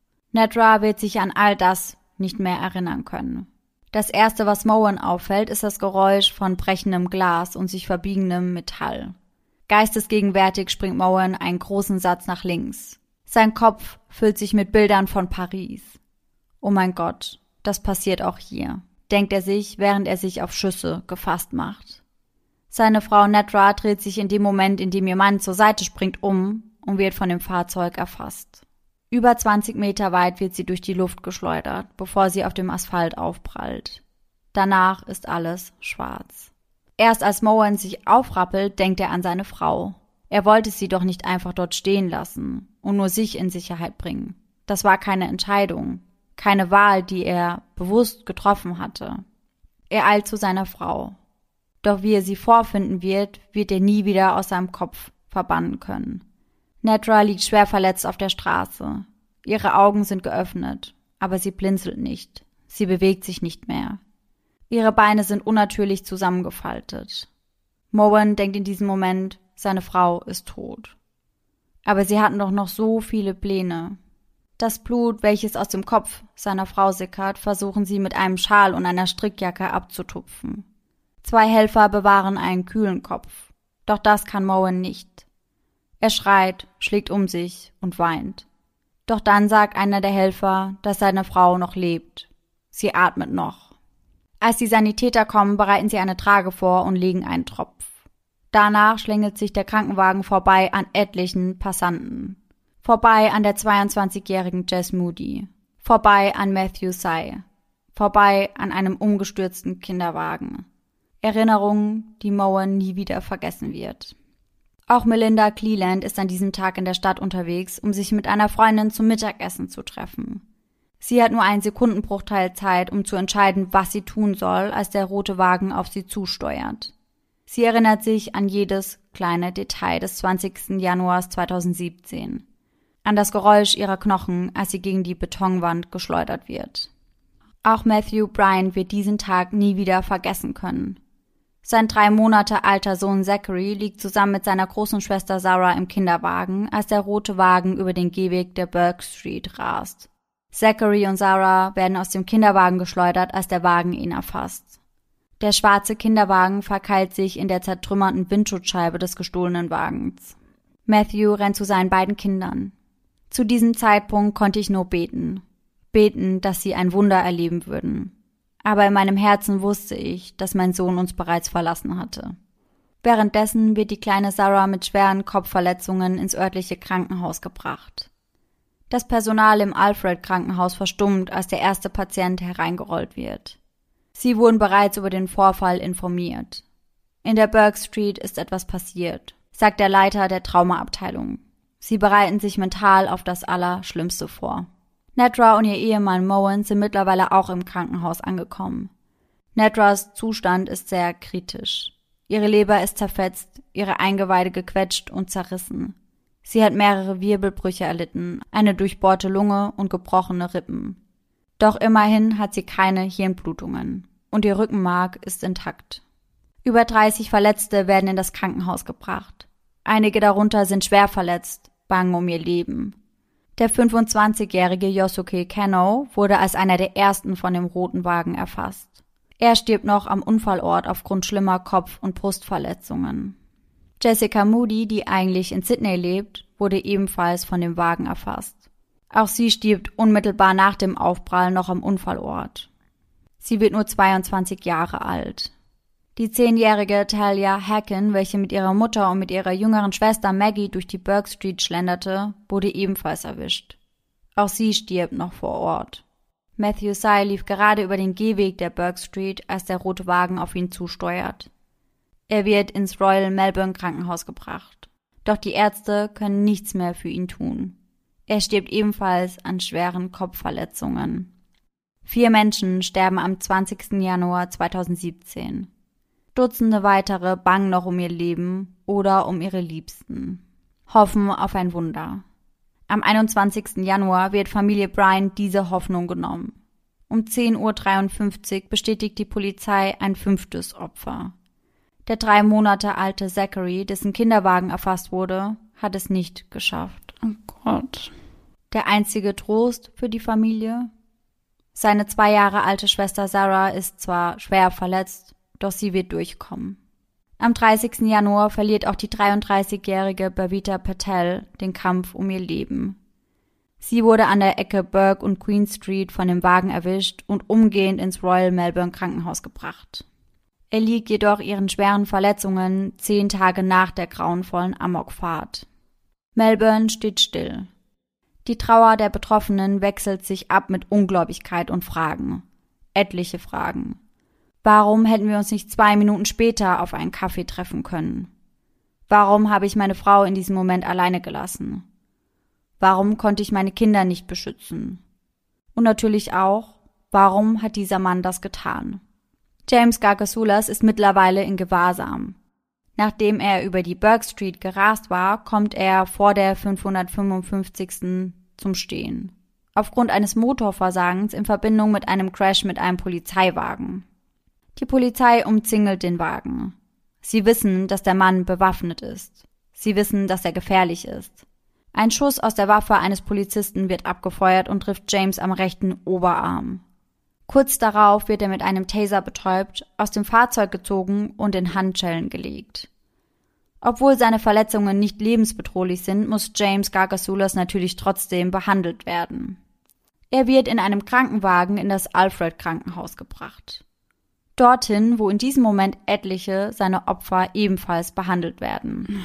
Nedra wird sich an all das nicht mehr erinnern können. Das erste, was Mohan auffällt, ist das Geräusch von brechendem Glas und sich verbiegendem Metall. Geistesgegenwärtig springt Mohan einen großen Satz nach links. Sein Kopf füllt sich mit Bildern von Paris. Oh mein Gott, das passiert auch hier, denkt er sich, während er sich auf Schüsse gefasst macht. Seine Frau Nedra dreht sich in dem Moment, in dem ihr Mann zur Seite springt, um und wird von dem Fahrzeug erfasst. Über zwanzig Meter weit wird sie durch die Luft geschleudert, bevor sie auf dem Asphalt aufprallt. Danach ist alles schwarz. Erst als Mohan sich aufrappelt, denkt er an seine Frau. Er wollte sie doch nicht einfach dort stehen lassen und nur sich in Sicherheit bringen. Das war keine Entscheidung, keine Wahl, die er bewusst getroffen hatte. Er eilt zu seiner Frau. Doch wie er sie vorfinden wird, wird er nie wieder aus seinem Kopf verbannen können. Nedra liegt schwer verletzt auf der Straße. Ihre Augen sind geöffnet, aber sie blinzelt nicht. Sie bewegt sich nicht mehr. Ihre Beine sind unnatürlich zusammengefaltet. Mohan denkt in diesem Moment, seine Frau ist tot. Aber sie hatten doch noch so viele Pläne. Das Blut, welches aus dem Kopf seiner Frau sickert, versuchen sie mit einem Schal und einer Strickjacke abzutupfen. Zwei Helfer bewahren einen kühlen Kopf. Doch das kann Mohan nicht. Er schreit, schlägt um sich und weint. Doch dann sagt einer der Helfer, dass seine Frau noch lebt. Sie atmet noch. Als die Sanitäter kommen, bereiten sie eine Trage vor und legen einen Tropf. Danach schlängelt sich der Krankenwagen vorbei an etlichen Passanten. Vorbei an der zweiundzwanzigjährigen Jess Moody. Vorbei an Matthew Sy. Vorbei an einem umgestürzten Kinderwagen. Erinnerungen, die Moen nie wieder vergessen wird. Auch Melinda Cleland ist an diesem Tag in der Stadt unterwegs, um sich mit einer Freundin zum Mittagessen zu treffen. Sie hat nur einen Sekundenbruchteil Zeit, um zu entscheiden, was sie tun soll, als der rote Wagen auf sie zusteuert. Sie erinnert sich an jedes kleine Detail des zwanzigsten Januars zweitausendsiebzehn. An das Geräusch ihrer Knochen, als sie gegen die Betonwand geschleudert wird. Auch Matthew Bryant wird diesen Tag nie wieder vergessen können. Sein drei Monate alter Sohn Zachary liegt zusammen mit seiner großen Schwester Sarah im Kinderwagen, als der rote Wagen über den Gehweg der Burke Street rast. Zachary und Sarah werden aus dem Kinderwagen geschleudert, als der Wagen ihn erfasst. Der schwarze Kinderwagen verkeilt sich in der zertrümmerten Windschutzscheibe des gestohlenen Wagens. Matthew rennt zu seinen beiden Kindern. Zu diesem Zeitpunkt konnte ich nur beten. Beten, dass sie ein Wunder erleben würden. Aber in meinem Herzen wusste ich, dass mein Sohn uns bereits verlassen hatte. Währenddessen wird die kleine Sarah mit schweren Kopfverletzungen ins örtliche Krankenhaus gebracht. Das Personal im Alfred-Krankenhaus verstummt, als der erste Patient hereingerollt wird. Sie wurden bereits über den Vorfall informiert. In der Burke Street ist etwas passiert, sagt der Leiter der Traumaabteilung. Sie bereiten sich mental auf das Allerschlimmste vor. Nedra und ihr Ehemann Moen sind mittlerweile auch im Krankenhaus angekommen. Nedras Zustand ist sehr kritisch. Ihre Leber ist zerfetzt, ihre Eingeweide gequetscht und zerrissen. Sie hat mehrere Wirbelbrüche erlitten, eine durchbohrte Lunge und gebrochene Rippen. Doch immerhin hat sie keine Hirnblutungen und ihr Rückenmark ist intakt. Über dreißig Verletzte werden in das Krankenhaus gebracht. Einige darunter sind schwer verletzt, bangen um ihr Leben. Der fünfundzwanzigjährige Yosuke Kanno wurde als einer der ersten von dem roten Wagen erfasst. Er stirbt noch am Unfallort aufgrund schlimmer Kopf- und Brustverletzungen. Jessica Moody, die eigentlich in Sydney lebt, wurde ebenfalls von dem Wagen erfasst. Auch sie stirbt unmittelbar nach dem Aufprall noch am Unfallort. Sie wird nur zweiundzwanzig Jahre alt. Die zehnjährige Talia Hacken, welche mit ihrer Mutter und mit ihrer jüngeren Schwester Maggie durch die Burke Street schlenderte, wurde ebenfalls erwischt. Auch sie stirbt noch vor Ort. Matthew Sy lief gerade über den Gehweg der Burke Street, als der rote Wagen auf ihn zusteuert. Er wird ins Royal Melbourne Krankenhaus gebracht. Doch die Ärzte können nichts mehr für ihn tun. Er stirbt ebenfalls an schweren Kopfverletzungen. Vier Menschen sterben am zwanzigsten Januar zweitausendsiebzehn. Dutzende weitere bangen noch um ihr Leben oder um ihre Liebsten. Hoffen auf ein Wunder. Am einundzwanzigsten Januar wird Familie Bryant diese Hoffnung genommen. Um zehn Uhr dreiundfünfzig bestätigt die Polizei ein fünftes Opfer. Der drei Monate alte Zachary, dessen Kinderwagen erfasst wurde, hat es nicht geschafft. Oh Gott. Der einzige Trost für die Familie? Seine zwei Jahre alte Schwester Sarah ist zwar schwer verletzt, doch sie wird durchkommen. Am dreißigsten Januar verliert auch die dreiunddreißigjährige Bhavita Patel den Kampf um ihr Leben. Sie wurde an der Ecke Burke und Queen Street von dem Wagen erwischt und umgehend ins Royal Melbourne Krankenhaus gebracht. Er liegt jedoch ihren schweren Verletzungen zehn Tage nach der grauenvollen Amokfahrt. Melbourne steht still. Die Trauer der Betroffenen wechselt sich ab mit Ungläubigkeit und Fragen. Etliche Fragen. Warum hätten wir uns nicht zwei Minuten später auf einen Kaffee treffen können? Warum habe ich meine Frau in diesem Moment alleine gelassen? Warum konnte ich meine Kinder nicht beschützen? Und natürlich auch, warum hat dieser Mann das getan? James Gargasulas ist mittlerweile in Gewahrsam. Nachdem er über die Burke Street gerast war, kommt er vor der fünfhundertfünfundfünfzigsten zum Stehen. Aufgrund eines Motorversagens in Verbindung mit einem Crash mit einem Polizeiwagen. Die Polizei umzingelt den Wagen. Sie wissen, dass der Mann bewaffnet ist. Sie wissen, dass er gefährlich ist. Ein Schuss aus der Waffe eines Polizisten wird abgefeuert und trifft James am rechten Oberarm. Kurz darauf wird er mit einem Taser betäubt, aus dem Fahrzeug gezogen und in Handschellen gelegt. Obwohl seine Verletzungen nicht lebensbedrohlich sind, muss James Gargasoulas natürlich trotzdem behandelt werden. Er wird in einem Krankenwagen in das Alfred-Krankenhaus gebracht. Dorthin, wo in diesem Moment etliche seiner Opfer ebenfalls behandelt werden.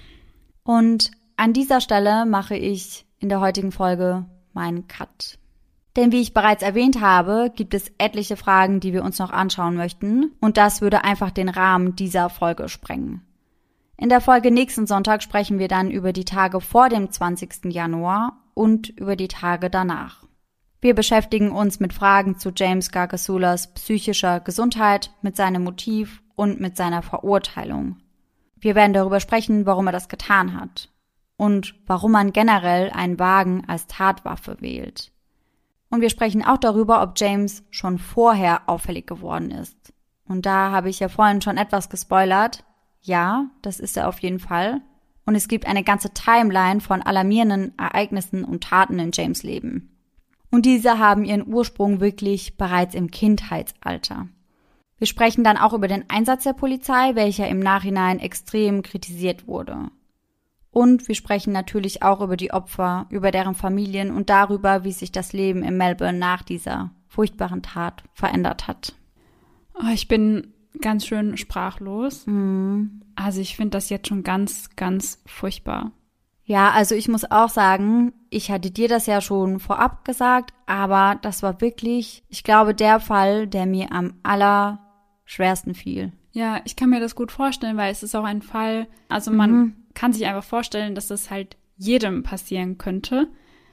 Und an dieser Stelle mache ich in der heutigen Folge meinen Cut. Denn wie ich bereits erwähnt habe, gibt es etliche Fragen, die wir uns noch anschauen möchten. Und das würde einfach den Rahmen dieser Folge sprengen. In der Folge nächsten Sonntag sprechen wir dann über die Tage vor dem zwanzigsten Januar und über die Tage danach. Wir beschäftigen uns mit Fragen zu James Gargasoulas psychischer Gesundheit, mit seinem Motiv und mit seiner Verurteilung. Wir werden darüber sprechen, warum er das getan hat und warum man generell einen Wagen als Tatwaffe wählt. Und wir sprechen auch darüber, ob James schon vorher auffällig geworden ist. Und da habe ich ja vorhin schon etwas gespoilert. Ja, das ist er auf jeden Fall. Und es gibt eine ganze Timeline von alarmierenden Ereignissen und Taten in James' Leben. Und diese haben ihren Ursprung wirklich bereits im Kindheitsalter. Wir sprechen dann auch über den Einsatz der Polizei, welcher im Nachhinein extrem kritisiert wurde. Und wir sprechen natürlich auch über die Opfer, über deren Familien und darüber, wie sich das Leben in Melbourne nach dieser furchtbaren Tat verändert hat. Oh, ich bin ganz schön sprachlos. Mhm. Also ich finde das jetzt schon ganz, ganz furchtbar. Ja, also ich muss auch sagen, ich hatte dir das ja schon vorab gesagt, aber das war wirklich, ich glaube, der Fall, der mir am allerschwersten fiel. Ja, ich kann mir das gut vorstellen, weil es ist auch ein Fall, also man mhm. kann sich einfach vorstellen, dass das halt jedem passieren könnte.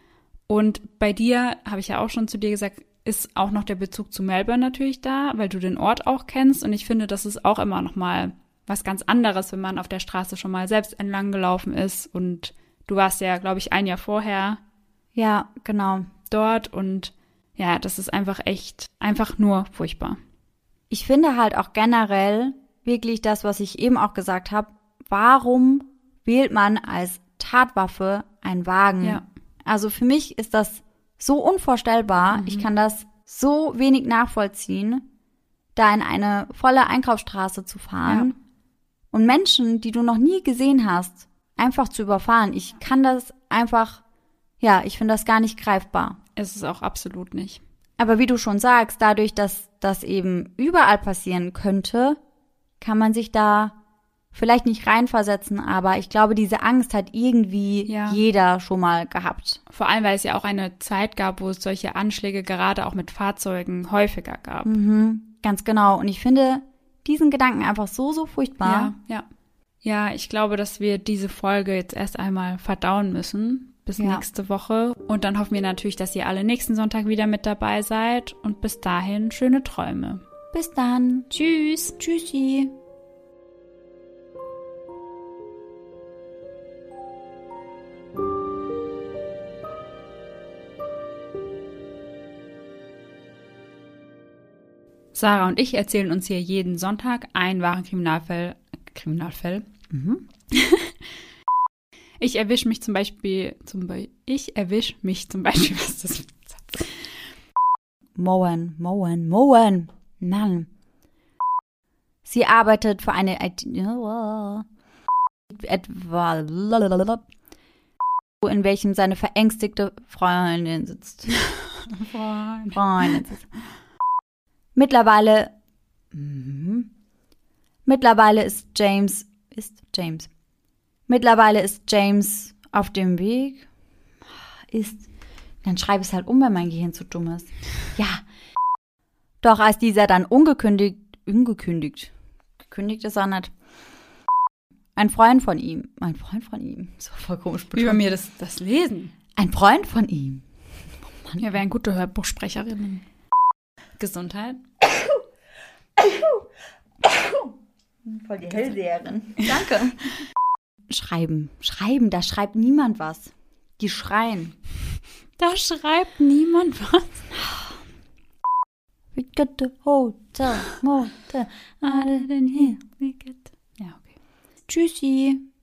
Und bei dir, habe ich ja auch schon zu dir gesagt, ist auch noch der Bezug zu Melbourne natürlich da, weil du den Ort auch kennst. Und ich finde, das ist auch immer noch mal was ganz anderes, wenn man auf der Straße schon mal selbst entlang gelaufen ist. Und du warst ja, glaube ich, ein Jahr vorher ja, genau, dort. Und ja, das ist einfach echt, einfach nur furchtbar. Ich finde halt auch generell wirklich das, was ich eben auch gesagt habe, warum wählt man als Tatwaffe einen Wagen? Ja. Also für mich ist das so unvorstellbar. Mhm. Ich kann das so wenig nachvollziehen, da in eine volle Einkaufsstraße zu fahren ja. und Menschen, die du noch nie gesehen hast, einfach zu überfahren. Ich kann das einfach, ja, ich finde das gar nicht greifbar. Es ist auch absolut nicht. Aber wie du schon sagst, dadurch, dass das eben überall passieren könnte, kann man sich da vielleicht nicht reinversetzen, aber ich glaube, diese Angst hat irgendwie ja. jeder schon mal gehabt. Vor allem, weil es ja auch eine Zeit gab, wo es solche Anschläge gerade auch mit Fahrzeugen häufiger gab. Mhm, ganz genau. Und ich finde diesen Gedanken einfach so, so furchtbar. Ja, ja. Ja, ich glaube, dass wir diese Folge jetzt erst einmal verdauen müssen. Bis ja. nächste Woche. Und dann hoffen wir natürlich, dass ihr alle nächsten Sonntag wieder mit dabei seid. Und bis dahin schöne Träume. Bis dann. Tschüss. Tschüssi. Sarah und ich erzählen uns hier jeden Sonntag einen wahren Kriminalfall. Kriminalfall? Mhm. Ich erwische mich zum Beispiel, zum Be- ich erwische mich zum Beispiel, was ist das? Moen, Moen, Moen, Mann. Sie arbeitet für eine I T, etwa, in welchem seine verängstigte Freundin sitzt. Freundin. Freundin sitzt. Mittlerweile, mhm. mittlerweile ist James, ist James. Mittlerweile ist James auf dem Weg. Ist. Dann schreibe ich es halt um, wenn mein Gehirn zu dumm ist. Ja. Doch als dieser dann ungekündigt, ungekündigt, gekündigt ist er nicht. Ein Freund von ihm, ein Freund von ihm, so voll komisch betont. Über mir das, das Lesen. Ein Freund von ihm. Oh Mann, wir wären gute Hörbuchsprecherinnen. Gesundheit. Voll die Hellseherin. Danke. Schreiben, schreiben, da schreibt niemand was. Die schreien. Da schreibt niemand was. We got the hotel, motel, I didn't hear. We get. Ja, okay. Tschüssi.